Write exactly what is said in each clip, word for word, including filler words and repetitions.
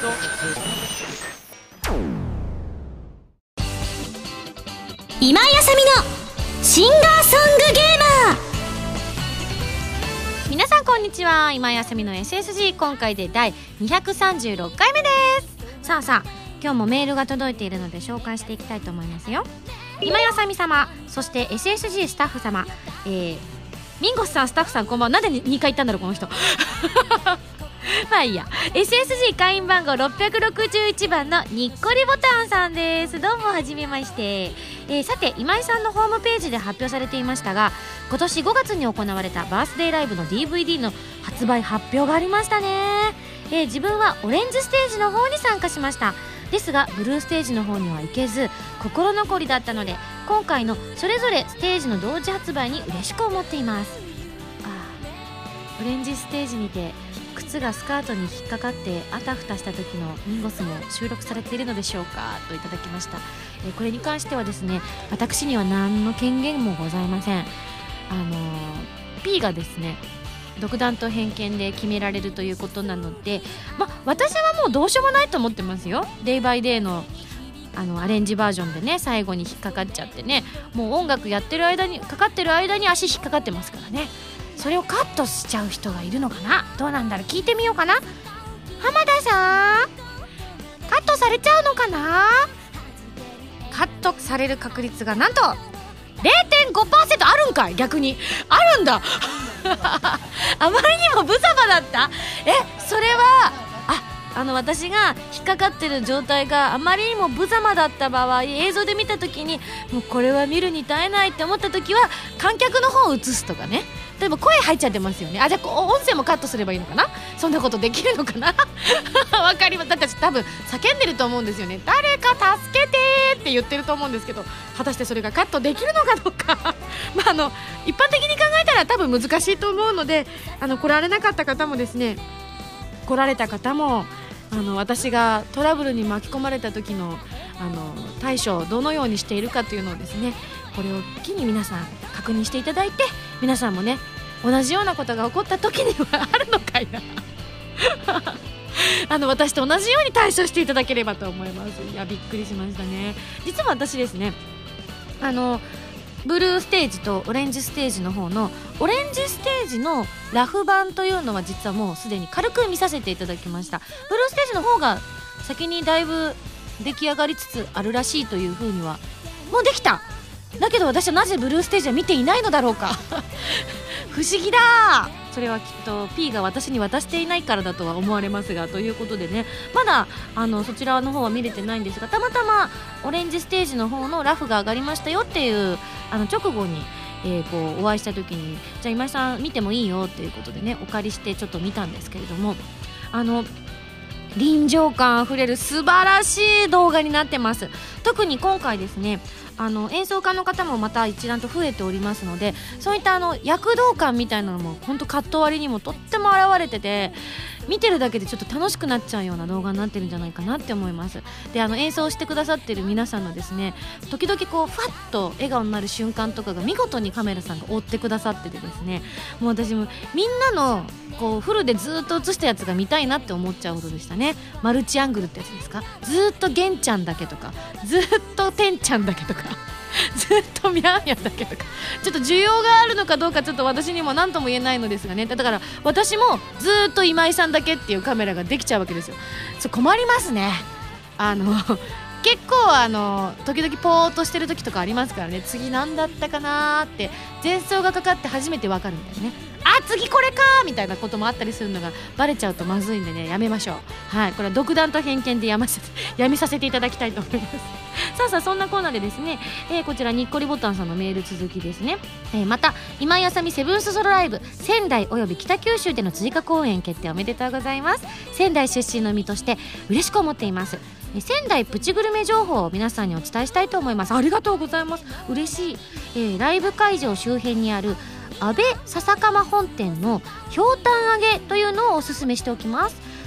今井あさみのシンガーソングゲーマー。 皆さんこんにちは、今井あさみの エスエスジー、 今回でだいにひゃくさんじゅうろっかいめです。さあさあ、今日もメールが届いているので紹介していきたいと思いますよ。今井あさみ様、そして エスエスジー スタッフ様、えー、ミンゴスさん、スタッフさんこんばんは。なんでにかい言ったんだろうこの人まあいいや。 エスエスジー 会員番号ろっぴゃくろくじゅういちばんのにっこりボタンさんです。どうもはじめまして。えー、さて今井さんのホームページで発表されていましたが、今年ごがつに行われたバースデーライブの ディーブイディー の発売発表がありましたね。えー、自分はオレンジステージの方に参加しました。ですがブルーステージの方には行けず心残りだったので、今回のそれぞれステージの同時発売に嬉しく思っています。ああ、オレンジステージにて靴がスカートに引っかかってあたふたした時のミンゴスも収録されているのでしょうか、といただきました。えー、これに関してはですね、私には何の権限もございません。あのー、P がですね独断と偏見で決められるということなので、ま、私はもうどうしようもないと思ってますよ。デイバイデイのあのアレンジバージョンでね、最後に引っかかっちゃってね、もう音楽やってる間にかかってる間に足引っかかってますからね。それをカットしちゃう人がいるのかな、どうなんだろう、聞いてみようかな。浜田さん、カットされちゃうのかな。カットされる確率がなんと れいてんごパーセント あるんかい。逆にあるんだあまりにも無様だった。え、それはああの私が引っかかってる状態があまりにも無様だった場合、映像で見た時にもうこれは見るに耐えないって思った時は観客の方を映すとかね。例えば声入っちゃってますよね。あ、じゃあ音声もカットすればいいのかな。そんなことできるのかなわかります。私多分叫んでると思うんですよね。誰か助けてって言ってると思うんですけど、果たしてそれがカットできるのかどうかまああの一般的に考えたら多分難しいと思うので、あの来られなかった方もですね、来られた方もあの私がトラブルに巻き込まれた時のあの対処をどのようにしているかというのをですね、これを機に皆さん確認していただいて、皆さんもね同じようなことが起こった時にはあるのかいなあの私と同じように対処していただければと思います。いやびっくりしましたね。実は私ですね、あのブルーステージとオレンジステージの方のオレンジステージのラフ版というのは実はもうすでに軽く見させていただきました。ブルーステージの方が先にだいぶ出来上がりつつあるらしいというふうにはもうできた。だけど私はなぜブルーステージは見ていないのだろうか不思議だ。それはきっと P が私に渡していないからだとは思われますが、ということでね、まだあのそちらの方は見れてないんですが、たまたまオレンジステージの方のラフが上がりましたよっていうあの直後に、えー、こうお会いした時に、じゃあ今井さん見てもいいよっていうことでね、お借りしてちょっと見たんですけれども、あの臨場感あふれる素晴らしい動画になってます。特に今回ですね、あの演奏家の方もまた一段と増えておりますので、そういったあの躍動感みたいなのも本当カット割りにもとっても現れてて、見てるだけでちょっと楽しくなっちゃうような動画になってるんじゃないかなって思います。で、あの演奏してくださってる皆さんのですね、時々こうファッと笑顔になる瞬間とかが見事にカメラさんが追ってくださっててですね、もう私もみんなのこうフルでずっと映したやつが見たいなって思っちゃうほどでしたね。マルチアングルってやつですか。ずっとゲンちゃんだけとか、ずっとテンちゃんだけとかずっとミャーミャーだけとか、ちょっと需要があるのかどうかちょっと私にも何とも言えないのですがね。だから私もずっと今井さんだけっていうカメラができちゃうわけですよ。そう困りますね。あの結構あの時々ポーっとしてる時とかありますからね、次何だったかなーって前奏がかかって初めて分かるみたいなね、あ次これかーみたいなこともあったりするのがバレちゃうとまずいんでね、やめましょう。はい、これは独断と偏見でやめさせやめさせていただきたいと思いますさあさあ、そんなコーナーでですね、えー、こちらにっこりボタンさんのメール続きですね、えー、また今井あさみセブンスソロライブ仙台および北九州での追加公演決定おめでとうございます。仙台出身の身として嬉しく思っています。仙台プチグルメ情報を皆さんにお伝えしたいと思います。ありがとうございます。嬉しい、えー、ライブ会場周辺にある安倍笹釜本店のひょうたん揚げというのをおすすめしておきます。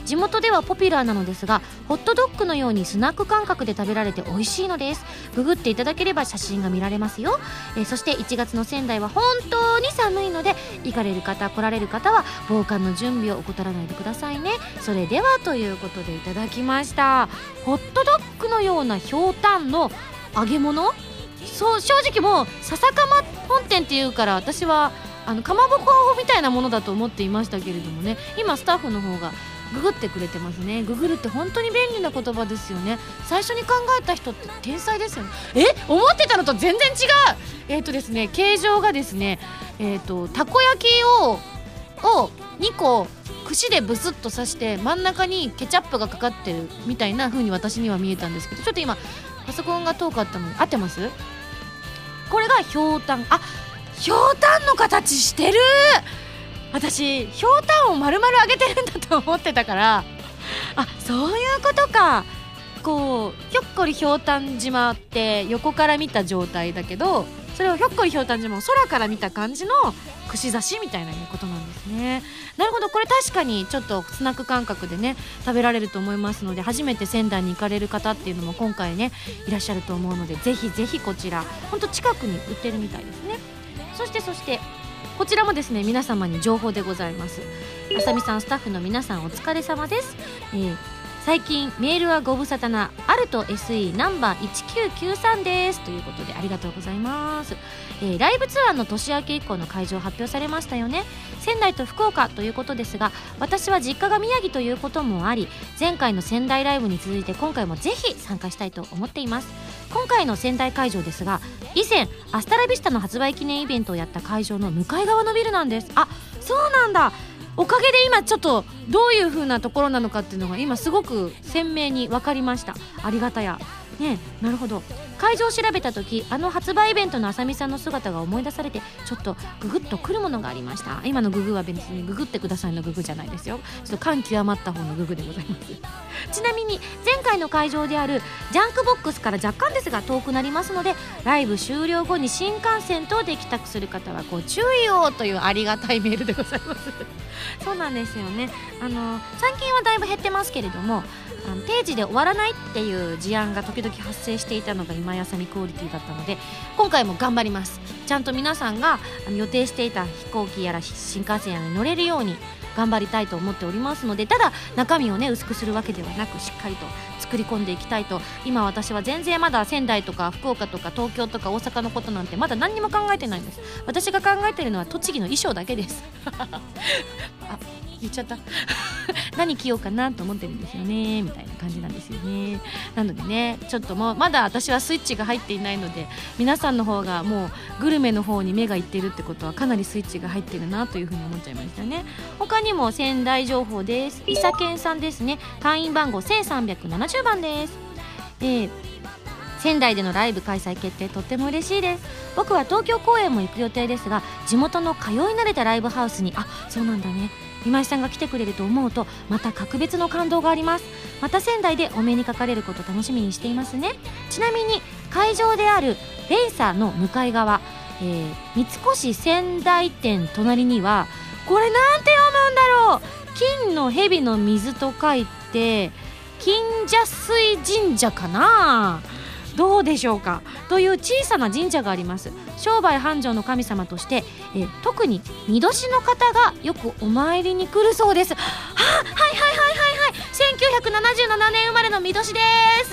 地元ではポピュラーなのですが、ホットドッグのようにスナック感覚で食べられて美味しいのです。ググっていただければ写真が見られますよ。えー、そしていちがつの仙台は本当に寒いので、行かれる方来られる方は防寒の準備を怠らないでくださいね。それではということでいただきました。ホットドッグのようなひょうたんの揚げ物、そう正直もう笹かま本店っていうから、私はあのかまぼこみたいなものだと思っていましたけれどもね、今スタッフの方がググってくれてますね。ググるって本当に便利な言葉ですよね。最初に考えた人って天才ですよね。え思ってたのと全然違う。えっ、ー、とですね形状がですね、えっ、ー、とたこ焼きををにこ串でブスッと刺して真ん中にケチャップがかかってるみたいな風に私には見えたんですけど、ちょっと今パソコンが遠かったので合ってます？これがひょうたん。あ、ひょうたんの形してる。私ひょうたんを丸々揚げてるんだと思ってたから、あ、そういうことか。こうひょっこりひょうたん島って横から見た状態だけど、それをひょっこりひょうたん島を空から見た感じの串刺しみたいなことなんですね。なるほど、これ確かにちょっとスナック感覚でね食べられると思いますので、初めて仙台に行かれる方っていうのも今回ねいらっしゃると思うので、ぜひぜひこちらほんと近くに売ってるみたいですね。そしてそしてこちらもですね皆様に情報でございます。あさみさん、スタッフの皆さんお疲れ様です。えー最近メールはご無沙汰なアルト エスイー ナンバーいちきゅうきゅうさんですということで、ありがとうございます。えー、ライブツアーの年明け以降の会場発表されましたよね。仙台と福岡ということですが、私は実家が宮城ということもあり、前回の仙台ライブに続いて今回もぜひ参加したいと思っています。今回の仙台会場ですが、以前アスタラビスタの発売記念イベントをやった会場の向かい側のビルなんです。あ、そうなんだ。おかげで今ちょっとどういう風なところなのかっていうのが今すごく鮮明に分かりました。ありがたやね。なるほど。会場を調べた時、あの発売イベントのあさみさんの姿が思い出されて、ちょっとググッとくるものがありました。今のググは別にググってくださいのググじゃないですよ。ちょっと感極まった方のググでございますちなみに前回の会場であるジャンクボックスから若干ですが遠くなりますので、ライブ終了後に新幹線等で帰宅する方はご注意をというありがたいメールでございますそうなんですよね。あの最近はだいぶ減ってますけれども、あの定時で終わらないっていう事案が時々発生していたのが今やさみクオリティだったので、今回も頑張ります。ちゃんと皆さんが予定していた飛行機やら新幹線やらに乗れるように頑張りたいと思っておりますので、ただ中身をね薄くするわけではなく、しっかりと作り込んでいきたいと。今私は全然まだ仙台とか福岡とか東京とか大阪のことなんてまだ何にも考えてないんです。私が考えているのは栃木の衣装だけですあ、言っちゃった何着ようかなと思ってるんですよねみたいな感じなんですよね。なのでね、ちょっともうまだ私はスイッチが入っていないので、皆さんの方がもうグルメの方に目がいってるってことはかなりスイッチが入ってるなというふうに思っちゃいましたね。他にも仙台情報です。いさけんさんですね。会員番号せんさんびゃくななじゅうばんです。えー仙台でのライブ開催決定とっても嬉しいです。僕は東京公演も行く予定ですが、地元の通い慣れたライブハウスに、あ、そうなんだね、今井さんが来てくれると思うとまた格別の感動があります。また仙台でお目にかかれること楽しみにしていますね。ちなみに会場であるレイサーの向かい側、えー、三越仙台店隣には、これなんて読むんだろう、金の蛇の水と書いて金蛇水神社かな、どうでしょうかという小さな神社があります。商売繁盛の神様として、えー、特に見年の方がよくお参りに来るそうです。はあ、はいはいはいはいはい、せんきゅうひゃくななじゅうななねん生まれの見年です。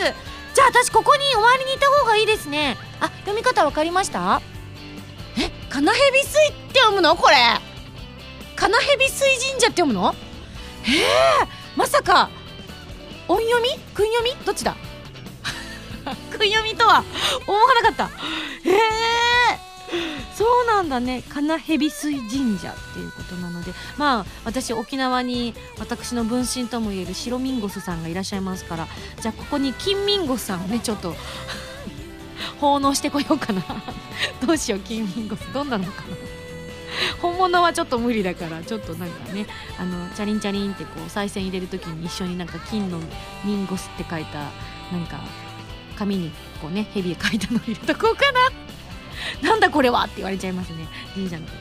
じゃあ私ここにお参りに行った方がいいですね。あ、読み方わかりました？え、金蛇水って読むの？これ金蛇水神社って読むの？へえ、まさか音読み？訓読み？どっちだ？訓読みとは思わなかった。へえ、そうなんだね。金蛇水神社っていうことなので、まあ私沖縄に私の分身ともいえる白ミンゴスさんがいらっしゃいますから、じゃあここに金ミンゴスさんをねちょっと奉納してこようかなどうしよう、金ミンゴスどんなのかな本物はちょっと無理だから、ちょっとなんかね、あのチャリンチャリンってこう賽銭入れるときに一緒になんか金のミンゴスって書いたなんか紙にこうね蛇書いたの入れとこうかななんだこれはって言われちゃいますね、神社の方。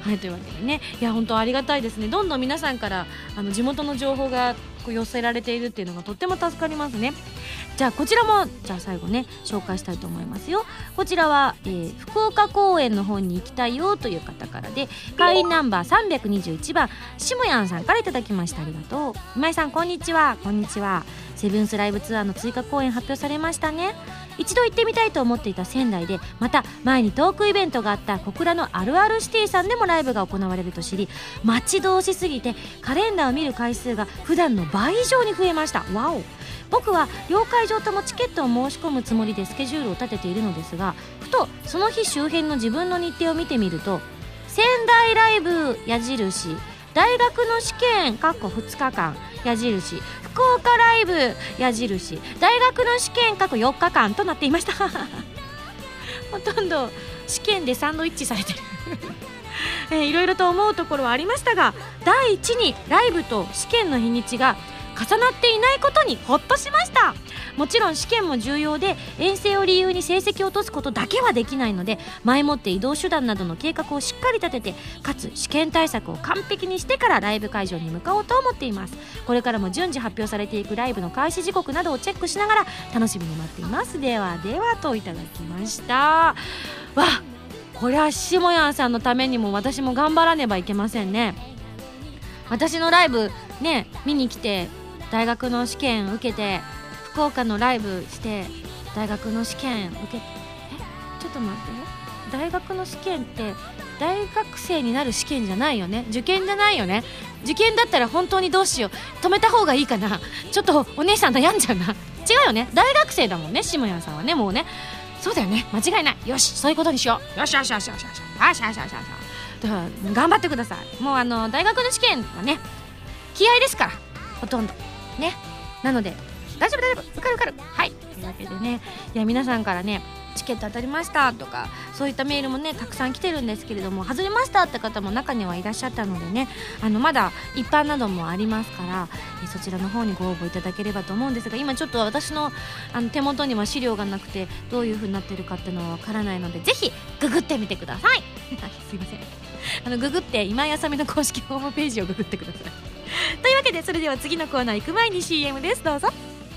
はい、というわけでね、いや本当ありがたいですね。どんどん皆さんからあの地元の情報がこう寄せられているっていうのがとっても助かりますね。じゃあこちらもじゃあ最後ね紹介したいと思いますよ。こちらは、えー、福岡公園の方に行きたいよという方からで、会員ナンバーさんびゃくにじゅういちばんしもやんさんからいただきました。ありがとう。今井さんこんにちは。こんにちは。セブンスライブツアーの追加公演発表されましたね。一度行ってみたいと思っていた仙台で、また前にトークイベントがあった小倉のあるあるシティさんでもライブが行われると知り、待ち遠しすぎてカレンダーを見る回数が普段の倍以上に増えました。わお。僕は両会場ともチケットを申し込むつもりでスケジュールを立てているのですが、ふとその日周辺の自分の日程を見てみると、仙台ライブ矢印、大学の試験かっこふつかかん矢印、福岡ライブ矢印、大学の試験かっこよっかかんとなっていましたほとんど試験でサンドイッチされてるえー、いろいろと思うところはありましたが、第一にライブと試験の日にちが重なっていないことにほっとしました。もちろん試験も重要で、遠征を理由に成績を落とすことだけはできないので、前もって移動手段などの計画をしっかり立てて、かつ試験対策を完璧にしてからライブ会場に向かおうと思っています。これからも順次発表されていくライブの開始時刻などをチェックしながら楽しみに待っています。ではではといただきました。わ、これはしもやんさんのためにも私も頑張らねばいけませんね。私のライブね見に来て、大学の試験受けて、福岡のライブして大学の試験受けて、えちょっと待って、大学の試験って大学生になる試験じゃないよね。受験じゃないよね。受験だったら本当にどうしよう、止めた方がいいかな。ちょっとお姉さん悩んじゃうな。違うよね、大学生だもんね、しもやんさんはね。もうね、そうだよね、間違いない。よし、そういうことにしよう。よしよしよしよしよしよしよしよしよし。だから頑張ってください。もうあの大学の試験はね気合ですから、ほとんどね。なので大丈夫大丈夫、受かる受かる。はい、というわけでね、いや皆さんからねチケット当たりましたとか、そういったメールもねたくさん来てるんですけれども、外れましたって方も中にはいらっしゃったのでね、あのまだ一般などもありますから、えそちらの方にご応募いただければと思うんですが、今ちょっと私のあの手元には資料がなくて、どういう風になってるかっていうのはわからないので、ぜひググってみてくださいすいません、あのググって今井あさみの公式ホームページをググってくださいというわけで、それでは次のコーナー行く前に シーエム です。どうぞ。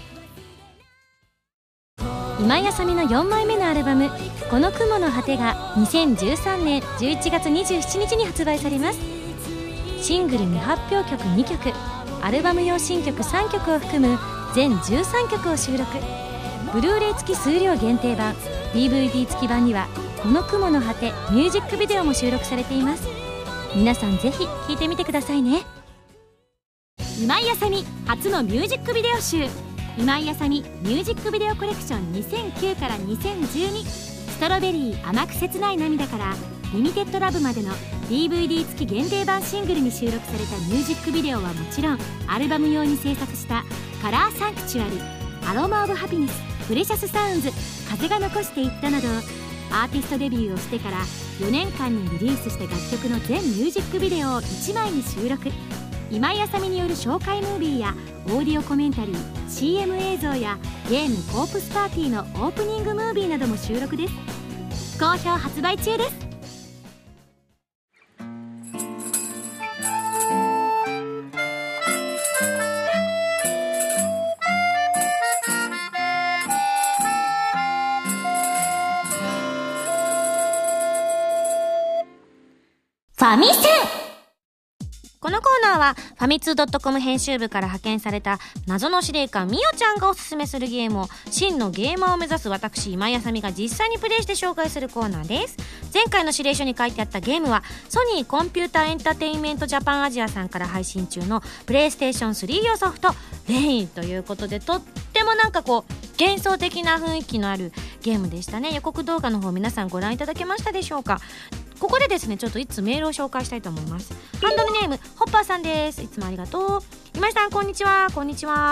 今井あさみのよんまいめのアルバム「この雲の果て」がにせんじゅうさんねんじゅういちがつにじゅうしちにちに発売されます。シングル未発表曲にきょく、アルバム用新曲さんきょくを含む全じゅうさんきょくを収録。ブルーレイ付き数量限定版、 ディーブイディー 付き版には「この雲の果て」ミュージックビデオも収録されています。皆さんぜひ聴いてみてくださいね。今井あさみ初のミュージックビデオ集、今井あさみミュージックビデオコレクションにせんきゅうからにせんじゅうに、ストロベリー甘く切ない涙からリミテッドラブまでの ディーブイディー 付き限定版シングルに収録されたミュージックビデオはもちろん、アルバム用に制作したカラーサンクチュアリ、アロマオブハピネス、プレシャスサウンズ、風が残していったなど、アーティストデビューをしてからよねんかんにリリースした楽曲の全ミュージックビデオをいちまいに収録。今井あさみによる紹介ムービーやオーディオコメンタリー、 シーエム 映像やゲーム「コープスパーティー」のオープニングムービーなども収録です。好評発売中です。 ファミセン。 このコーナーはファミツー .com 編集部から派遣された謎の司令官みおちゃんがおすすめするゲームを真のゲーマーを目指す私今井あさみが実際にプレイして紹介するコーナーです。前回の指令書に書いてあったゲームはソニーコンピューターエンターテインメントジャパンアジアさんから配信中のプレイステーションスリー用ソフトレインということで、とってもなんかこう幻想的な雰囲気のあるゲームでしたね。予告動画の方皆さんご覧いただけましたでしょうか。ここでですねちょっといつメールを紹介したいと思います。ハンドルネームホッパーさんです。いつもありがとう。今井さんこんにちは。こんにちは。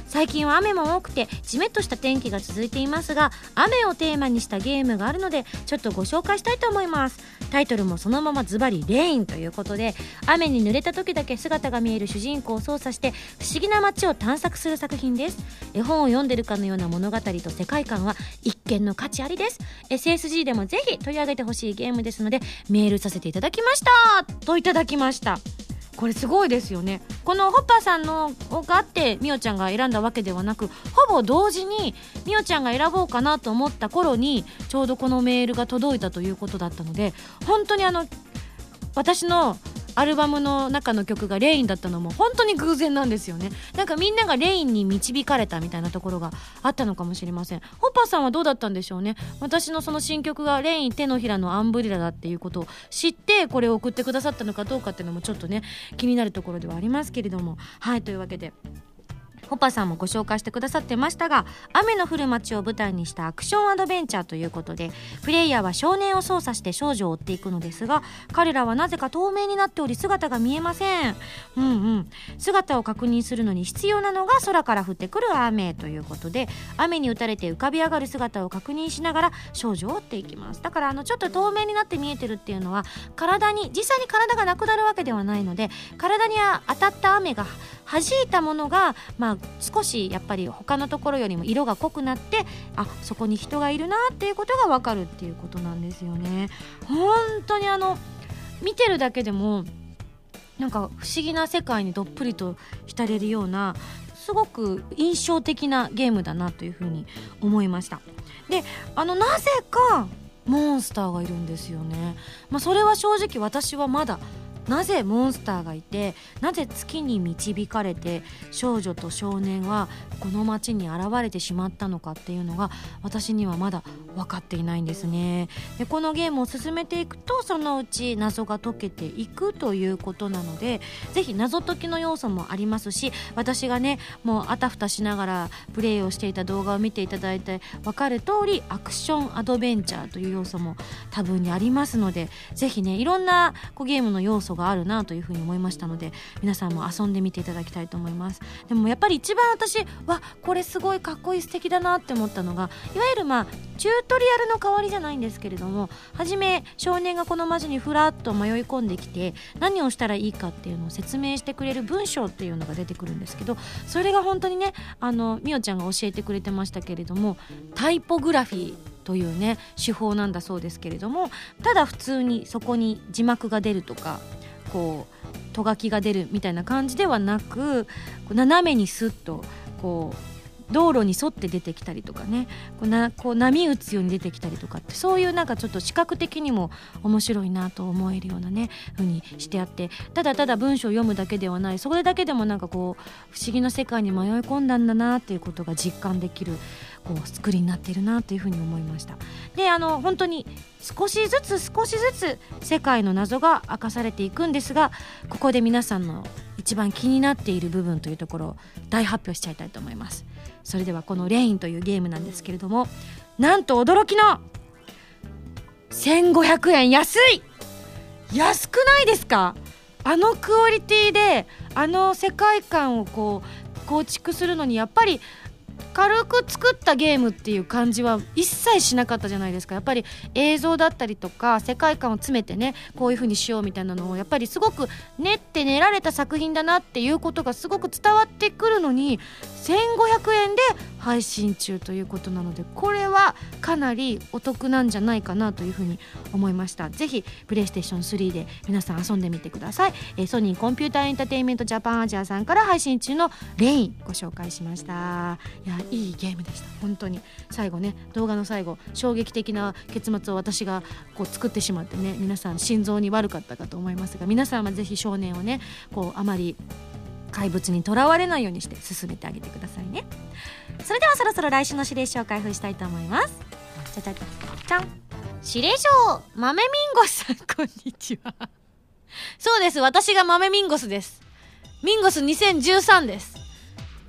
最近は雨も多くてジメッとした天気が続いていますが、雨をテーマにしたゲームがあるのでちょっとご紹介したいと思います。タイトルもそのままズバリレインということで、雨に濡れた時だけ姿が見える主人公を操作して不思議な街を探索する作品です。絵本を読んでるかのような物語と世界観は一見の価値ありです。 エスエスジー でもぜひ取り上げてほしいゲームですのでメールさせていただきましたといただきました。これすごいですよね。このホッパーさんのがあってみおちゃんが選んだわけではなく、ほぼ同時にみおちゃんが選ぼうかなと思った頃にちょうどこのメールが届いたということだったので、本当にあの私のアルバムの中の曲がレインだったのも本当に偶然なんですよね。なんかみんながレインに導かれたみたいなところがあったのかもしれません。ホッパーさんはどうだったんでしょうね。私のその新曲がレイン手のひらのアンブリラだっていうことを知ってこれを送ってくださったのかどうかっていうのもちょっとね気になるところではありますけれども、はい、というわけでホッパーさんもご紹介してくださってましたが、雨の降る街を舞台にしたアクションアドベンチャーということで、プレイヤーは少年を操作して少女を追っていくのですが、彼らはなぜか透明になっており姿が見えません。うんうん、姿を確認するのに必要なのが空から降ってくる雨ということで、雨に打たれて浮かび上がる姿を確認しながら少女を追っていきます。だからあのちょっと透明になって見えてるっていうのは、体に実際に体がなくなるわけではないので、体に当たった雨が弾いたものが、まあ、少しやっぱり他のところよりも色が濃くなって、あ、そこに人がいるなっていうことが分かるっていうことなんですよね。本当にあの見てるだけでもなんか不思議な世界にどっぷりと浸れるような、すごく印象的なゲームだなというふうに思いました。で、あのなぜかモンスターがいるんですよね。まあ、それは正直私はまだなぜモンスターがいて、なぜ月に導かれて少女と少年はこの街に現れてしまったのかっていうのが私にはまだ分かっていないんですね。で、このゲームを進めていくとそのうち謎が解けていくということなので、ぜひ謎解きの要素もありますし、私がねもうあたふたしながらプレイをしていた動画を見ていただいて分かる通り、アクションアドベンチャーという要素も多分にありますので、ぜひねいろんなこうゲームの要素があるなというふうに思いましたので、皆さんも遊んでみていただきたいと思います。でもやっぱり一番私はこれすごいかっこいい素敵だなって思ったのが、いわゆるまあチュートリアルの代わりじゃないんですけれども、はじめ少年がこの街にふらっと迷い込んできて何をしたらいいかっていうのを説明してくれる文章っていうのが出てくるんですけど、それが本当にね、あのみおちゃんが教えてくれてましたけれども、タイポグラフィーというね手法なんだそうですけれども、ただ普通にそこに字幕が出るとかこうとがきが出るみたいな感じではなく、斜めにスッとこう道路に沿って出てきたりとかね、こうなこう波打つように出てきたりとかって、そういうなんかちょっと視覚的にも面白いなと思えるようなね風にしてあって、ただただ文章を読むだけではない、それだけでもなんかこう不思議な世界に迷い込んだんだなっていうことが実感できるこう作りになっているなというふうに思いました。で、あの本当に少しずつ少しずつ世界の謎が明かされていくんですが、ここで皆さんの一番気になっている部分というところを大発表しちゃいたいと思います。それではこのレインというゲームなんですけれども、なんと驚きのせんごひゃくえん、安い安くないですか？あのクオリティであの世界観をこう構築するのにやっぱり軽く作ったゲームっていう感じは一切しなかったじゃないですか。やっぱり映像だったりとか世界観を詰めてね、こういう風にしようみたいなのをやっぱりすごく練って練られた作品だなっていうことがすごく伝わってくるのに、せんごひゃくえんで配信中ということなので、これはかなりお得なんじゃないかなという風に思いました。ぜひプレイステーションスリーで皆さん遊んでみてください。えー、ソニーコンピューターエンターテインメントジャパンアジアさんから配信中のレインご紹介しました。いや、いいゲームでした。本当に最後ね、動画の最後衝撃的な結末を私がこう作ってしまってね、皆さん心臓に悪かったかと思いますが、皆さんはぜひ少年をねこうあまり怪物にとらわれないようにして進めてあげてくださいね。それではそろそろ来週の指令書を開封したいと思います。じゃじゃじゃん。指令書、豆ミンゴスさん、こんにちは。そうです、私が豆ミンゴスです。ミンゴスにせんじゅうさんです。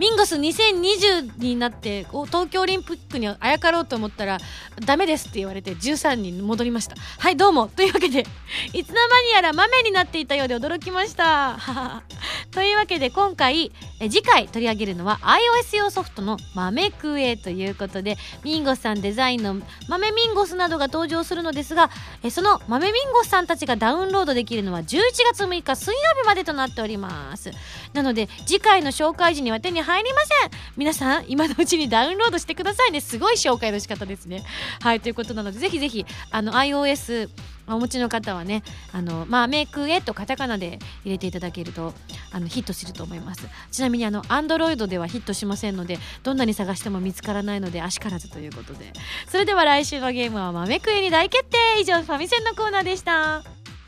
ミンゴスにせんにじゅうになって東京オリンピックにあやかろうと思ったらダメですって言われてじゅうさんにん戻りました。はいどうもというわけでいつの間にやら豆になっていたようで驚きましたというわけで今回え次回取り上げるのは iOS 用ソフトの豆クエということで、ミンゴスさんデザインの豆ミンゴスなどが登場するのですが、えその豆ミンゴスさんたちがダウンロードできるのはじゅういちがつむいか水曜日までとなっております。なので次回の紹介時には手に入りません。皆さん今のうちにダウンロードしてくださいね。すごい紹介の仕方ですね。はいということなのでぜひぜひあの iOS お持ちの方はね、あのまあメイクエとカタカナで入れていただけるとあのヒットすると思います。ちなみにあの Android ではヒットしませんので、どんなに探しても見つからないのであしからずということで、それでは来週のゲームは豆クエに大決定。以上ファミセンのコーナーでした。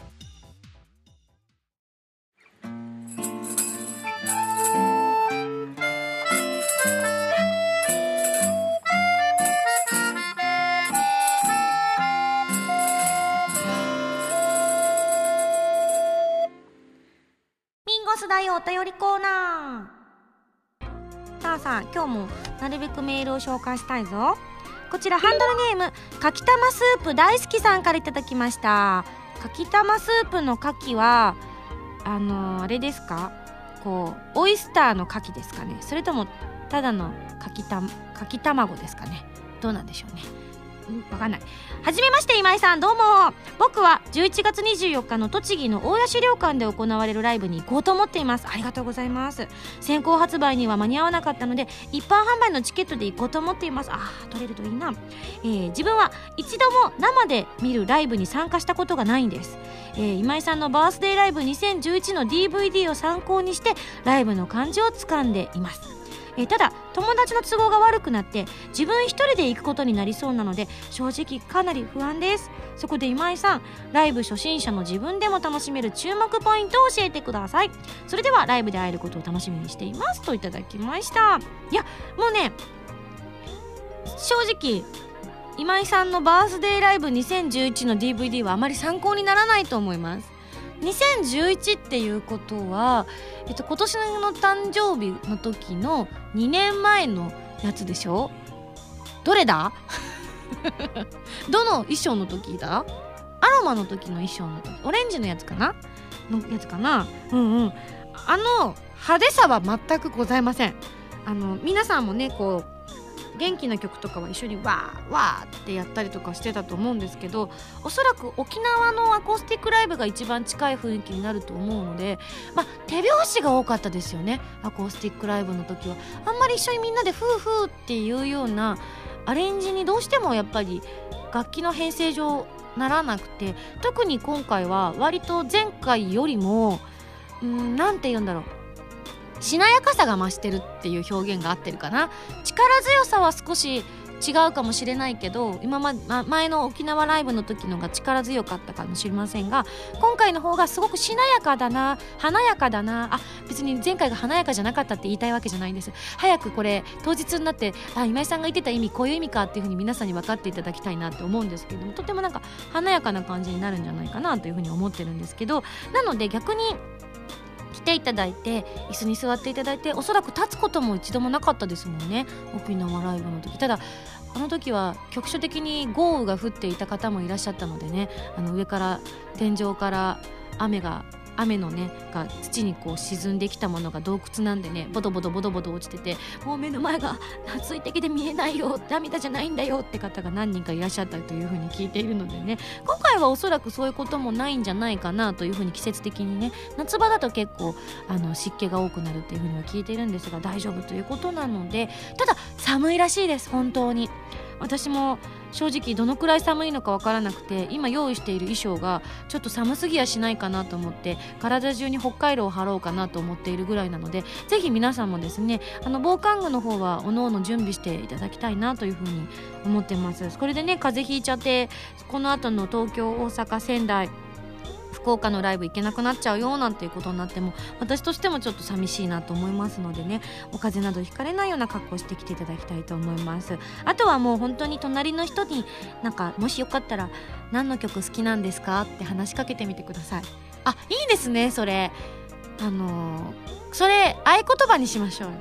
だよお便りコーナー。さあさあ今日もなるべくメールを紹介したいぞ。こちらハンドルネームかきたまスープ大好きさんからいただきました。かきたまスープのかきはあのー、あれですか、こうオイスターのかきですかね、それともただのかきたかき卵ですかね、どうなんでしょうね。わかんない。はじめまして今井さん、どうも。僕はじゅういちがつにじゅうよっかの栃木の大谷資料館で行われるライブに行こうと思っています。ありがとうございます。先行発売には間に合わなかったので一般販売のチケットで行こうと思っています。あー取れるといいな、えー、自分は一度も生で見るライブに参加したことがないんです。えー、今井さんのバースデーライブにせんじゅういちの ディーブイディー を参考にしてライブの感じをつかんでいます。えー、ただ友達の都合が悪くなって自分一人で行くことになりそうなので正直かなり不安です。そこで今井さん、ライブ初心者の自分でも楽しめる注目ポイントを教えてください。それではライブで会えることを楽しみにしていますといただきました。いやもうね、正直今井さんのバースデーライブにせんじゅういちの ディーブイディー はあまり参考にならないと思います。にせんじゅういちっていうことは、えっと、今年の誕生日の時のにねんまえのやつでしょ。どれだどの衣装の時だ。アロマの時の衣装の時、オレンジのやつかなのやつかな。うんうん。あの派手さは全くございません。あの皆さんもねこう元気な曲とかは一緒にわーわーってやったりとかしてたと思うんですけど、おそらく沖縄のアコースティックライブが一番近い雰囲気になると思うので、まあ、手拍子が多かったですよね。アコースティックライブの時はあんまり一緒にみんなでフーフーっていうようなアレンジにどうしてもやっぱり楽器の編成上ならなくて、特に今回は割と前回よりもうーんなんて言うんだろう、しなやかさが増してるっていう表現が合ってるかな。力強さは少し違うかもしれないけど、今ま、ま、前の沖縄ライブの時のが力強かったかもしれませんが、今回の方がすごくしなやかだな、華やかだなあ。別に前回が華やかじゃなかったって言いたいわけじゃないんです。早くこれ当日になってあ今井さんが言ってた意味こういう意味かっていう風に皆さんに分かっていただきたいなって思うんですけども、とてもなんか華やかな感じになるんじゃないかなという風に思ってるんですけど、なので逆に来ていただいて椅子に座っていただいて、おそらく立つことも一度もなかったですもんね、沖縄ライブの時。ただあの時は局所的に豪雨が降っていた方もいらっしゃったのでね、あの上から天井から雨が雨のねが土にこう沈んできたものが洞窟なんでね、ボドボドボドボド落ちてて、もう目の前が水滴で見えないよ、涙じゃないんだよって方が何人かいらっしゃったというふうに聞いているのでね、今回はおそらくそういうこともないんじゃないかなというふうに季節的にね、夏場だと結構あの湿気が多くなるっていうふうには聞いているんですが大丈夫ということなので、ただ寒いらしいです。本当に私も正直どのくらい寒いのかわからなくて、今用意している衣装がちょっと寒すぎやしないかなと思って体中に北海道を貼ろうかなと思っているぐらいなので、ぜひ皆さんもですね、あの防寒具の方はおのおの準備していただきたいなというふうに思ってます。これでね風邪ひいちゃってこの後の東京、大阪、仙台、福岡のライブ行けなくなっちゃうよなんていうことになっても私としてもちょっと寂しいなと思いますのでね、お風邪などひかれないような格好してきていただきたいと思います。あとはもう本当に隣の人になんかもしよかったら何の曲好きなんですかって話しかけてみてください。あ、いいですねそれ。あのー、それ合言葉にしましょうよ。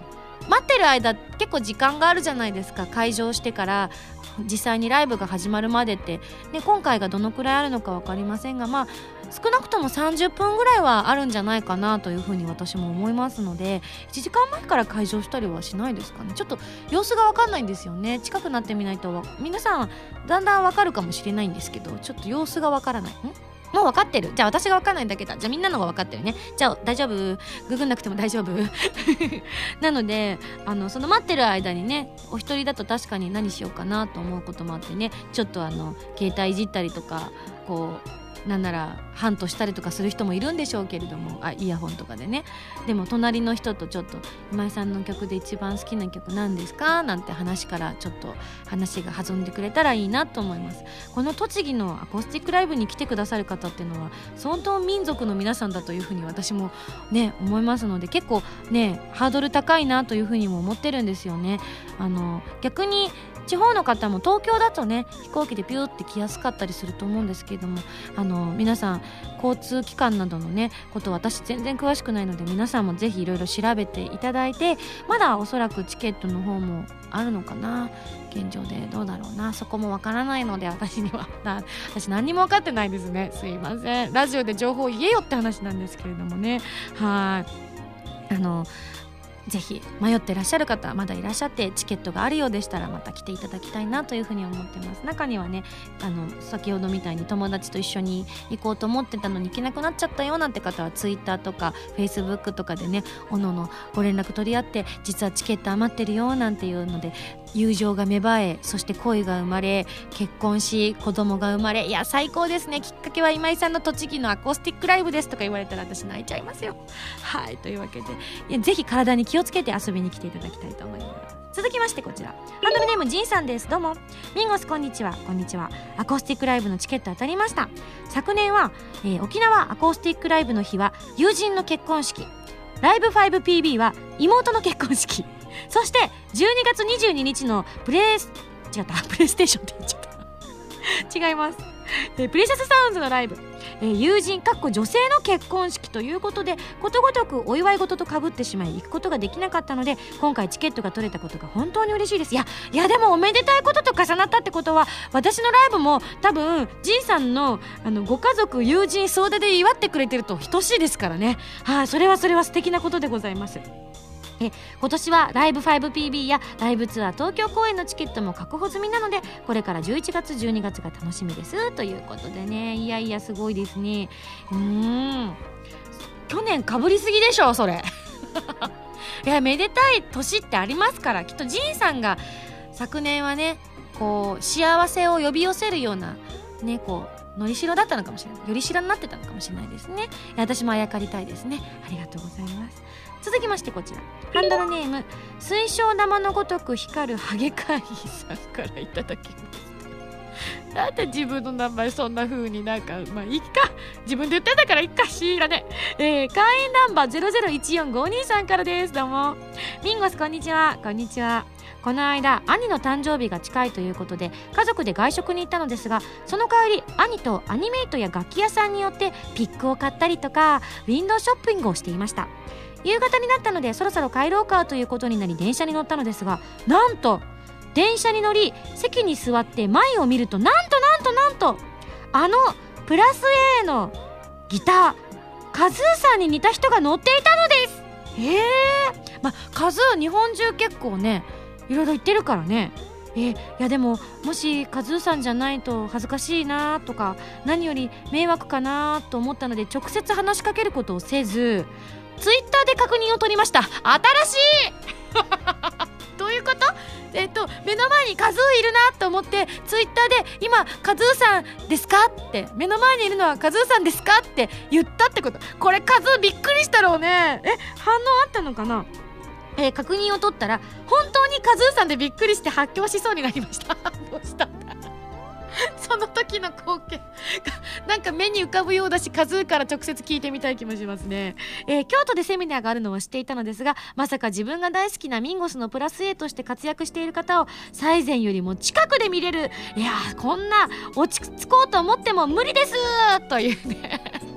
待ってる間結構時間があるじゃないですか。会場してから実際にライブが始まるまでって、ね、今回がどのくらいあるのか分かりませんが、まあ少なくともさんじゅっぷんぐらいはあるんじゃないかなというふうに私も思いますので、いちじかんまえから開場したりはしないですかね。ちょっと様子が分かんないんですよね。近くなってみないと皆さんだんだん分かるかもしれないんですけど、ちょっと様子が分からない。んもう分かってる。じゃあ私が分かんないだけだ。じゃあみんなのが分かってるね。じゃあ大丈夫、ググんなくても大丈夫なので、あのその待ってる間にね、お一人だと確かに何しようかなと思うこともあってね、ちょっとあの携帯いじったりとか、こうなんならハントしたりとかする人もいるんでしょうけれども、あイヤホンとかでね。でも隣の人とちょっと今井さんの曲で一番好きな曲なんですかなんて話からちょっと話が弾んでくれたらいいなと思います。この栃木のアコースティックライブに来てくださる方っていうのは相当民族の皆さんだというふうに私もね思いますので、結構ねハードル高いなというふうにも思ってるんですよね。あの逆に地方の方も東京だとね飛行機でピューって来やすかったりすると思うんですけれども、あの皆さん交通機関などのねこと私全然詳しくないので、皆さんもぜひいろいろ調べていただいて、まだおそらくチケットの方もあるのかな、現状でどうだろうな、そこもわからないので私にはな私何にも分かってないですね。すいません。ラジオで情報言えよって話なんですけれどもね。はいあのぜひ迷ってらっしゃる方まだいらっしゃって、チケットがあるようでしたらまた来ていただきたいなというふうに思ってます。中にはねあの先ほどみたいに友達と一緒に行こうと思ってたのに行けなくなっちゃったよなんて方はツイッターとかフェイスブックとかでねおののご連絡取り合って、実はチケット余ってるよなんていうので友情が芽生え、そして恋が生まれ、結婚し子供が生まれ、いや最高ですね。きっかけは今井さんの栃木のアコースティックライブですとか言われたら私泣いちゃいますよ。はいというわけで、いやぜひ体に気をつけて遊びに来ていただきたいと思います。続きましてこちらハンドルネームジンさんです。どうもミンゴスこんにちは。こんにちは。アコースティックライブのチケット当たりました。昨年は、えー、沖縄アコースティックライブの日は友人の結婚式、ライブ ファイブピービー は妹の結婚式、そしてじゅうにがつにじゅうににちのプレイス違ったプレイステーションって言っちゃった違います、えー、プレシャスサウンズのライブ、えー、友人かっこ女性の結婚式ということでことごとくお祝い事とかぶってしまい行くことができなかったので、今回チケットが取れたことが本当に嬉しいです。いやいやでもおめでたいことと重なったってことは私のライブも多分ジンさん の, あのご家族友人総出で祝ってくれてると等しいですからね。はい、それはそれは素敵なことでございます。え今年はライブ ファイブピービー やライブツアー東京公演のチケットも確保済みなので、これからじゅういちがつじゅうにがつが楽しみですということでね。いやいやすごいですね。うーん去年かぶりすぎでしょそれいやめでたい年ってありますから、きっとジンさんが昨年はねこう幸せを呼び寄せるようなねこうのりしろだったのかもしれない、よりしろになってたのかもしれないですね。私もあやかりたいですね。ありがとうございます。続きましてこちらハンドルネーム水晶玉のごとく光るハゲ会員さんからいただきました。だって自分の名前そんな風になんかまあいいか、自分で言ってたからいいかしらね。えー、会員ナンバーゼロゼロいちよんごにさんからです。どうもミンゴスこんにちは。こんにちは。この間兄の誕生日が近いということで家族で外食に行ったのですが、その帰り兄とアニメイトや楽器屋さんによってピックを買ったりとかウィンドウショッピングをしていました。夕方になったのでそろそろ帰ろうかということになり電車に乗ったのですが、なんと電車に乗り席に座って前を見るとなんとなんとなんとあのプラス A のギターカズーさんに似た人が乗っていたのです。へえ、まあ、カズー日本中結構ねいろいろ言ってるからね。えー、いやでももしカズーさんじゃないと恥ずかしいなとか何より迷惑かなと思ったので直接話しかけることをせずツイッターで確認を取りました。新しいどういうこと？えっと目の前にカズーいるなと思ってツイッターで今カズーさんですかって目の前にいるのはカズーさんですかって言ったってこと。これカズーびっくりしたろうね。え反応あったのかな。えー、確認を取ったら本当にカズーさんでびっくりして発狂しそうになりましたどうしたんだその時の光景がなんか目に浮かぶようだし、カズーから直接聞いてみたい気もしますね。えー、京都でセミナーがあるのは知っていたのですが、まさか自分が大好きなミンゴスのプラス A として活躍している方を最前よりも近くで見れる、いやーこんな落ち着こうと思っても無理ですというね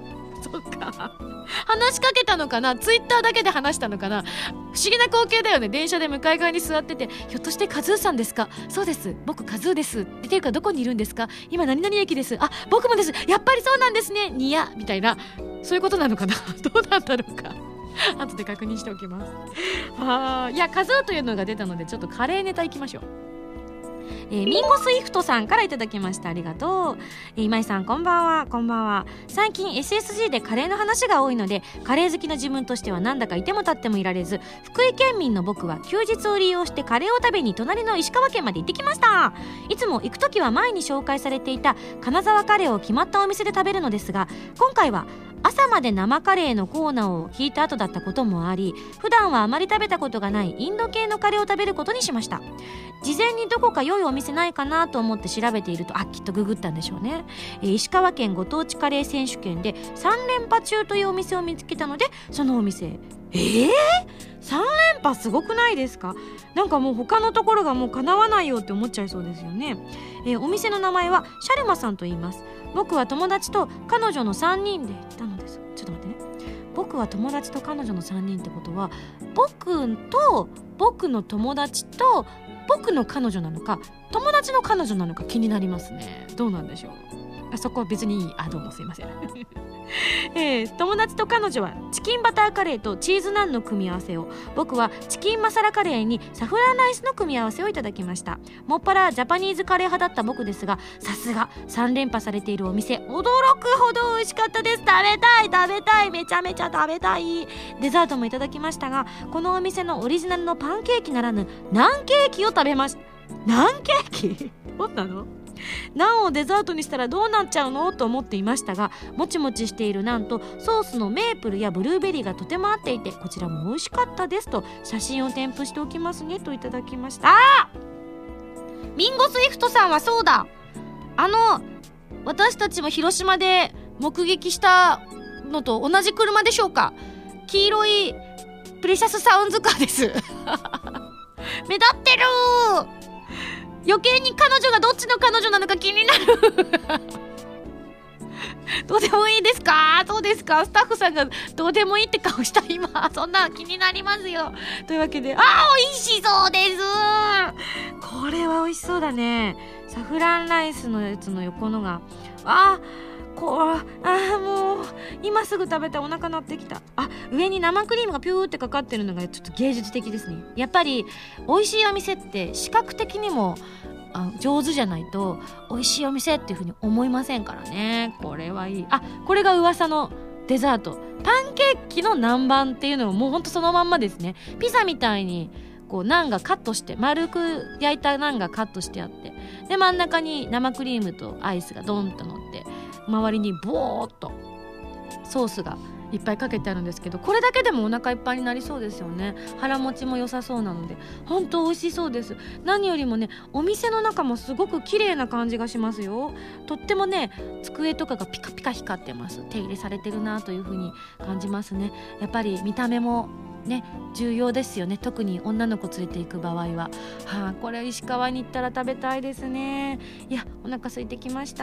そっか、話しかけたのかな、ツイッターだけで話したのかな。不思議な光景だよね。電車で向かい側に座ってて、ひょっとしてカズーさんですか。そうです、僕カズーです。っていうかどこにいるんですか。今何々駅です。あ、僕もです。やっぱりそうなんですね、ニヤみたいな、そういうことなのかなどうなんだろうか後で確認しておきます。あ、いや、カズーというのが出たのでちょっとカレーネタいきましょう。えー、ミンゴスイフトさんからいただきました。ありがとう。えー、今井さんこんばんは。こんばんは。最近 エスエスジー でカレーの話が多いので、カレー好きな自分としてはなんだかいても立ってもいられず、福井県民の僕は休日を利用してカレーを食べに隣の石川県まで行ってきました。いつも行くときは前に紹介されていた金沢カレーを決まったお店で食べるのですが、今回は朝まで生カレーのコーナーを聞いた後だったこともあり、普段はあまり食べたことがないインド系のカレーを食べることにしました。事前にどこか良いお店ないかなと思って調べていると、あ、きっとググったんでしょうね。えー、石川県ご当地カレー選手権でさん連覇中というお店を見つけたので、そのお店へ。えー、さん連覇すごくないですか。なんかもう他のところがもう叶わないよって思っちゃいそうですよね。えー、お店の名前はシャルマさんと言います。僕は友達と彼女のさんにんで行ったのです。ちょっと待ってね。僕は友達と彼女のさんにんってことは、僕と僕の友達と僕の彼女なのか、友達の彼女なのか気になりますね。どうなんでしょう。あそこは別にいい。あ、どうもすいません、えー、友達と彼女はチキンバターカレーとチーズナンの組み合わせを、僕はチキンマサラカレーにサフランライスの組み合わせをいただきました。もっぱらジャパニーズカレー派だった僕ですが、さすがさん連覇されているお店、驚くほど美味しかったです。食べたい食べたい、めちゃめちゃ食べたい。デザートもいただきましたが、このお店のオリジナルのパンケーキならぬナンケーキを食べました。ナンケーキどうなの。ナンをデザートにしたらどうなっちゃうのと思っていましたが、もちもちしているナンとソースのメープルやブルーベリーがとても合っていて、こちらも美味しかったですと写真を添付しておきますねといただきました。あー、ミンゴスイフトさんはそうだ、あの私たちも広島で目撃したのと同じ車でしょうか。黄色いプレシャスサウンズカーです目立ってる。余計に彼女がどっちの彼女なのか気になるどうでもいいですか。そうですか。スタッフさんがどうでもいいって顔した今、そんな気になりますよ。というわけで、あー、美味しそうです。これは美味しそうだね。サフランライスのやつの横のが、あーこう、あーもう今すぐ食べた、お腹鳴ってきた。あ、上に生クリームがピューってかかってるのがちょっと芸術的ですね。やっぱり美味しいお店って視覚的にもあ上手じゃないと美味しいお店っていう風に思いませんからね。これはいい。あ、これが噂のデザート、パンケーキの南蛮っていうのももうほんとそのまんまですね。ピザみたいにこうナンがカットして、丸く焼いたナンがカットしてあって、で真ん中に生クリームとアイスがドンと乗って、周りにボーっとソースがいっぱいかけてあるんですけど、これだけでもお腹いっぱいになりそうですよね。腹持ちも良さそうなので本当美味しそうです。何よりもね、お店の中もすごく綺麗な感じがしますよ。とってもね、机とかがピカピカ光ってます。手入れされてるなという風に感じますね。やっぱり見た目もね、重要ですよね。特に女の子連れて行く場合は。はあ、これ石川に行ったら食べたいですね。いや、お腹空いてきました。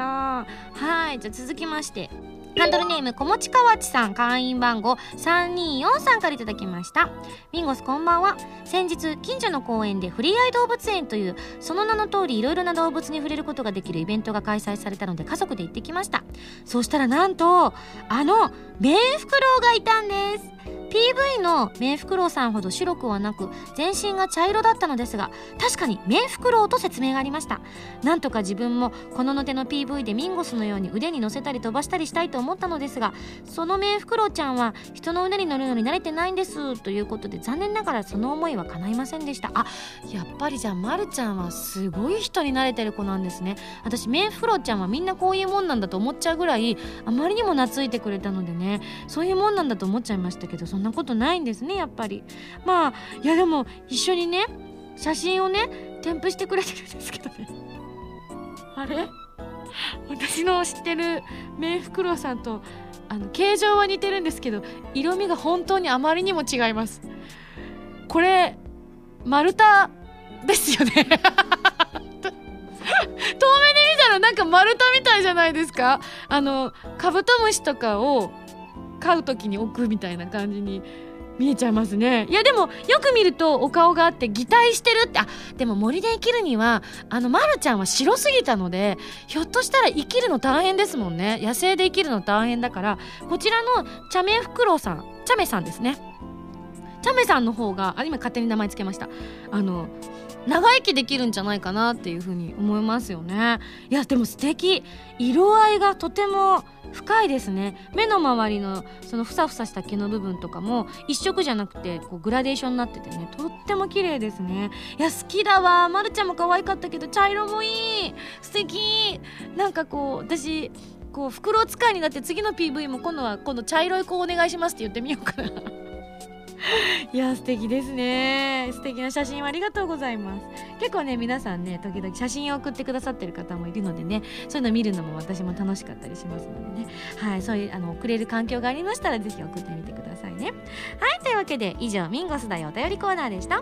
はい、じゃあ続きまして、ハンドルネームこもちかわちさん、会員番号さんにーよんさんからいただきました。ミンゴスこんばんは。先日近所の公園でフリーアイ動物園というその名の通りいろいろな動物に触れることができるイベントが開催されたので家族で行ってきました。そうしたらなんとあのメンフクロウがいたんです。ピーブイ のメンフクロウさんほど白くはなく全身が茶色だったのですが、確かにメンフクロウと説明がありました。なんとか自分もこのの手の ピーブイ でミンゴスのように腕に乗せたり飛ばしたりしたいと思ったのですが、そのメンフクロウちゃんは人の腕に乗るのに慣れてないんですということで、残念ながらその思いは叶いませんでした。あ、やっぱりじゃあまるちゃんはすごい人に慣れてる子なんですね。私メンフクロウちゃんはみんなこういうもんなんだと思っちゃうぐらい、あまりにも懐いてくれたのでね、そういうもんなんだと思っちゃいましたけど、そんなことないんですね、やっぱり。まあいやでも一緒にね写真をね添付してくれてるんですけどねあれ私の知ってるメンフクロウさんとあの形状は似てるんですけど、色味が本当にあまりにも違います。これ丸太ですよね遠目で見たらなんか丸太みたいじゃないですか。あのカブトムシとかを飼う時に置くみたいな感じに見えちゃいますね。いやでもよく見るとお顔があって擬態してるって。あ、でも森で生きるにはあのまるちゃんは白すぎたので、ひょっとしたら生きるの大変ですもんね。野生で生きるの大変だから、こちらのチャメフクロウさん、チャメさんですね、チャメさんの方が、あ、今勝手に名前つけました、あの長生きできるんじゃないかなっていう風に思いますよね。いやでも素敵、色合いがとても深いですね。目の周りのそのふさふさした毛の部分とかも一色じゃなくてこうグラデーションになっててね、とっても綺麗ですね。いや好きだわ。まるちゃんも可愛かったけど茶色もいい、素敵。なんかこう私こう袋使いになって次の ピーブイ も今度は今度茶色い子お願いしますって言ってみようかないや素敵ですね。素敵な写真をありがとうございます。結構ね皆さんね時々写真を送ってくださってる方もいるのでね、そういうの見るのも私も楽しかったりしますのでね、はい、そういうあの送れる環境がありましたらぜひ送ってみてくださいね。はい、というわけで以上ミンゴスだよお便りコーナーでした。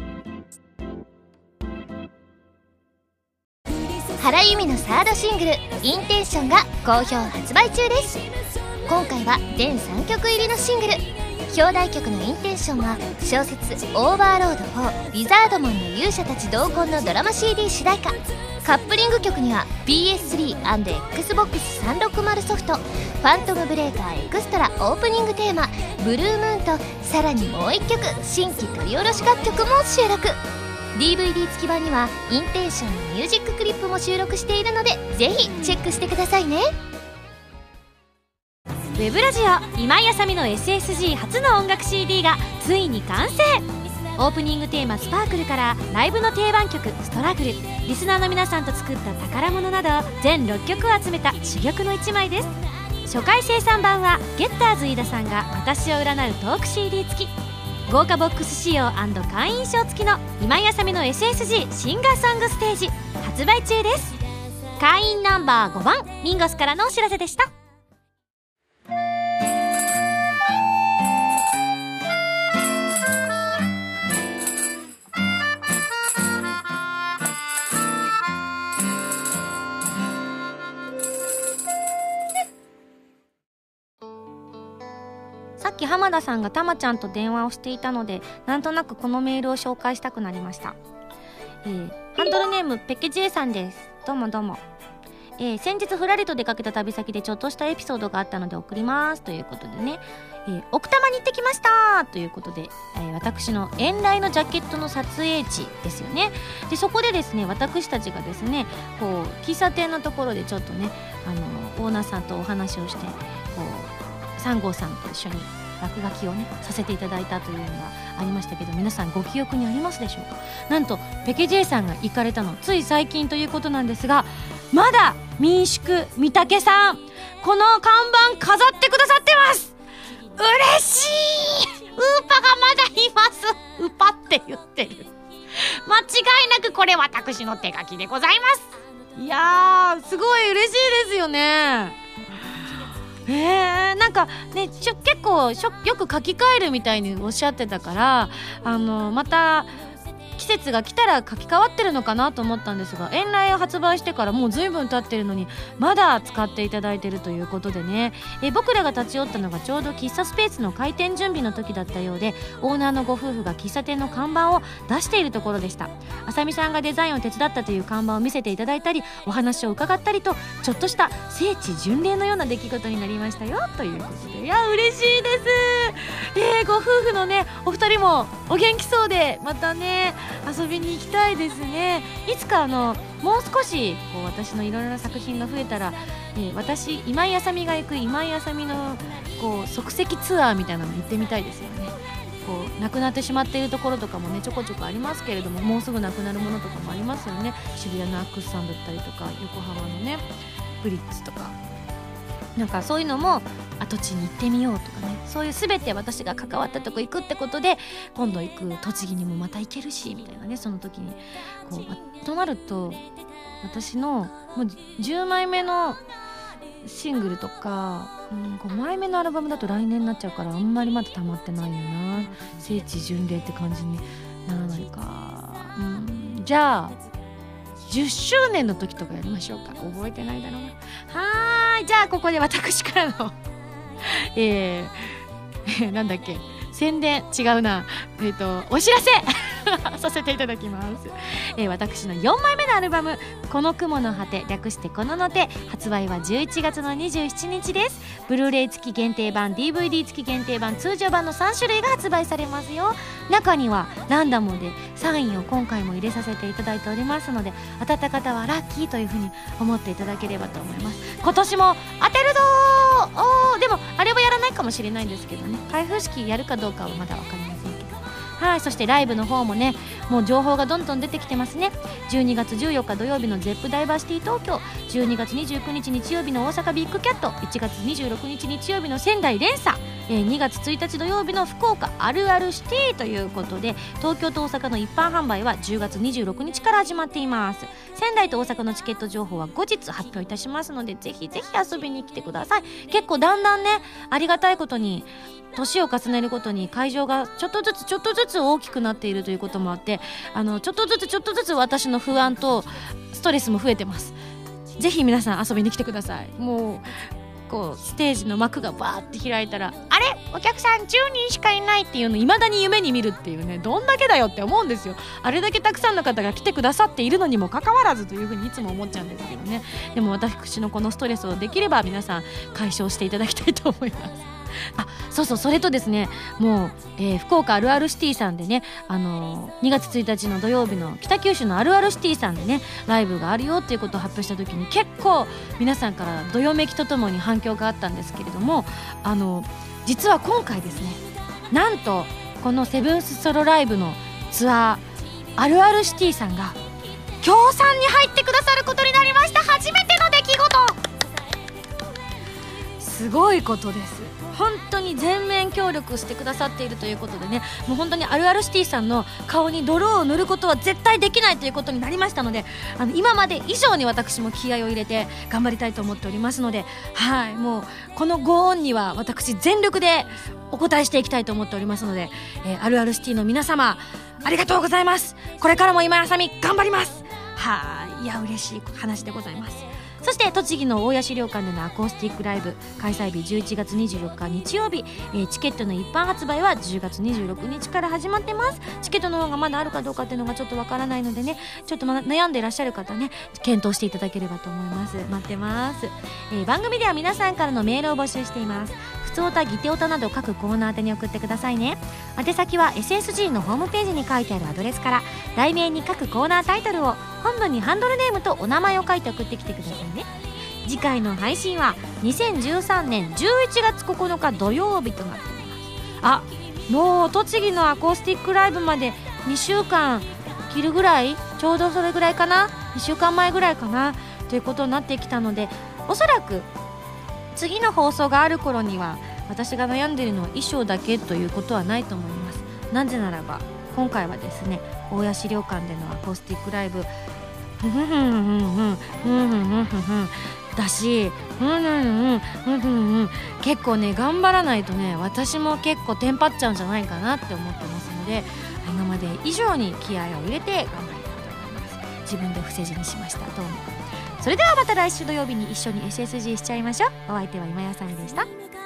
原由美のサードシングル「インテンション」が好評発売中です。今回は全さんきょく入りのシングル。表題曲のインテンションは小説「オーバーロードフォーリザードモンの勇者たち同梱」のドラマ シーディー 主題歌。カップリング曲には ピーエススリー エックスボックスさんびゃくろくじゅう ソフト「ファントムブレーカーエクストラ」オープニングテーマ「ブルームーン」とさらにもういっきょく新規取り下ろし楽曲も収録。 ディーブイディー 付き版にはインテンションのミュージッククリップも収録しているのでぜひチェックしてくださいね。 ウェブラジオ今井あさみの エスエスジー 初の音楽 シーディー がついに完成。オープニングテーマ「スパークル」からライブの定番曲「ストラグル」、リスナーの皆さんと作った宝物など全ろっきょくを集めた珠玉のいちまいです。初回生産版はゲッターズ飯田さんが私を占うトーク シーディー 付き、豪華ボックス仕様&会員証付きの今井あさみの エスエスジー シンガーソングステージ発売中です。会員ナンバーごばん、ミンゴスからのお知らせでした。さっき浜田さんがたまちゃんと電話をしていたので、なんとなくこのメールを紹介したくなりました。えー、ハンドルネームペケ J さんです。どうもどうも。えー、先日ふらりと出かけた旅先でちょっとしたエピソードがあったので送りますということでね、えー、奥多摩に行ってきましたということで、えー、私の遠来のジャケットの撮影地ですよね。でそこでですね、私たちがですねこう喫茶店のところでちょっとねあのオーナーさんとお話をしてこうさん号さんと一緒に落書きをねさせていただいたというのがありましたけど、皆さんご記憶にありますでしょうか。なんとペケ J さんが行かれたのつい最近ということなんですが、まだ民宿三宅さんこの看板飾ってくださってます。嬉しい。ウーパがまだいます。ウーパって言ってる。間違いなくこれ私の手書きでございます。いやーすごい嬉しいですよね。えー、なんかねちょ結構しょよく書き換えるみたいにおっしゃってたから、あのまた季節が来たら書き換わってるのかなと思ったんですが、遠来を発売してからもう随分経ってるのにまだ使っていただいてるということでね、え僕らが立ち寄ったのがちょうど喫茶スペースの開店準備の時だったようで、オーナーのご夫婦が喫茶店の看板を出しているところでした。あさみさんがデザインを手伝ったという看板を見せていただいたりお話を伺ったりと、ちょっとした聖地巡礼のような出来事になりましたよということで、いや嬉しいです。えー、ご夫婦のねお二人もお元気そうでまたね遊びに行きたいですね。いつかあのもう少しこう私のいろいろな作品が増えたら、えー、私今井あさみが行く今井あさみのこう即席ツアーみたいなの行ってみたいですよね。こうなくなってしまっているところとかもねちょこちょこありますけれども、もうすぐなくなるものとかもありますよね。渋谷のアックスさんだったりとか横浜のねブリッツとか、なんかそういうのも跡地に行ってみようとかね、そういう全て私が関わったとこ行くってことで今度行く栃木にもまた行けるしみたいなね、その時にこうとなると私のもうじゅうまいめのシングルとか、うん、ごまいめのアルバムだと来年になっちゃうからあんまりまだ溜まってないよな。聖地巡礼って感じにならないか、うん、じゃあじゅっしゅうねんの時とかやりましょうか。覚えてないだろうな。はーい、じゃあここで私からのえー、なんだっけ宣伝違うなえっ、ー、とお知らせさせていただきます、えー、私のよんまいめのアルバムこの雲の果て略してこのの手発売はじゅういちがつのにじゅうしちにちです。ブルーレイ付き限定版 ディーブイディー 付き限定版通常版のさんしゅるいが発売されますよ。中にはランダムでサインを今回も入れさせていただいておりますので当たった方はラッキーというふうに思っていただければと思います。今年も当てるぞー。おーでもあれはやらないかもしれないんですけどね、開封式やるかどうかはまだ分かりませんけど、はい、そしてライブの方もねもう情報がどんどん出てきてますね。じゅうにがつじゅうよっか土曜日の ゼップ ダイバーシティ東京、じゅうにがつにじゅうくにち日曜日の大阪ビッグキャット、いちがつにじゅうろくにち日曜日の仙台連鎖、えー、にがつついたち土曜日の福岡あるあるシティということで、東京と大阪の一般販売はじゅうがつにじゅうろくにちから始まっています。仙台と大阪のチケット情報は後日発表いたしますのでぜひぜひ遊びに来てください。結構だんだんねありがたいことに年を重ねるごとに会場がちょっとずつちょっとずつ大きくなっているということもあって、あのちょっとずつちょっとずつ私の不安とストレスも増えてます。ぜひ皆さん遊びに来てください。もうこうステージの幕がバーって開いたらあれお客さんじゅうにんしかいないっていうの未だに夢に見るっていうね、どんだけだよって思うんですよ。あれだけたくさんの方が来てくださっているのにもかかわらずというふうにいつも思っちゃうんですけどね。でも私のこのストレスをできれば皆さん解消していただきたいと思います。あ、そうそう、それとですねもう、えー、福岡あるあるシティさんでね、あのー、にがつついたちの土曜日の北九州のあるあるシティさんでねライブがあるよっていうことを発表した時に結構皆さんからどよめきとともに反響があったんですけれども、あのー、実は今回ですねなんとこのセブンスソロライブのツアーあるあるシティさんが協賛に入ってくださることになりました。初めての出来事、すごいことです。本当に全面協力してくださっているということでね、もう本当にあるあるシティさんの顔に泥を塗ることは絶対できないということになりましたので、あの今まで以上に私も気合を入れて頑張りたいと思っておりますので、はい、もうこのご恩には私全力でお答えしていきたいと思っておりますので、えー、あるあるシティの皆様ありがとうございます。これからも今やさみ頑張ります。はい、いや嬉しい話でございます。そして栃木の大谷資料館でのアコースティックライブ開催日じゅういちがつにじゅうよっか日曜日、えー、チケットの一般発売はじゅうがつにじゅうろくにちから始まってます。チケットの方がまだあるかどうかっていうのがちょっとわからないのでね、ちょっと、ま、悩んでいらっしゃる方ね検討していただければと思います。待ってます、えー、番組では皆さんからのメールを募集しています。ふつおた、ぎておたなど各コーナー宛てに送ってくださいね。宛先は エスエスジー のホームページに書いてあるアドレスから、題名に各コーナータイトルを、本文にハンドルネームとお名前を書いて送ってきてくださいね。次回の配信はにせんじゅうさんねんじゅういちがつここのか土曜日となっています。あ、もう栃木のアコースティックライブまでにしゅうかん切るぐらい、ちょうどそれぐらいかな、にしゅうかんまえぐらいかなということになってきたので、おそらく次の放送がある頃には私が悩んでいるのは衣装だけということはないと思います。なぜならば今回はですね大谷資料館でのアコースティックライブふふふんふんふんふんふんふんふんだし、うんうんうんうんうん、結構ね頑張らないとね私も結構テンパっちゃうんじゃないかなって思ってますので、今まで以上に気合を入れて頑張りたいと思います。自分で伏せ字にしました。どうも。それではまた来週土曜日に一緒に エスエスジー しちゃいましょう。お相手は今やさみでした。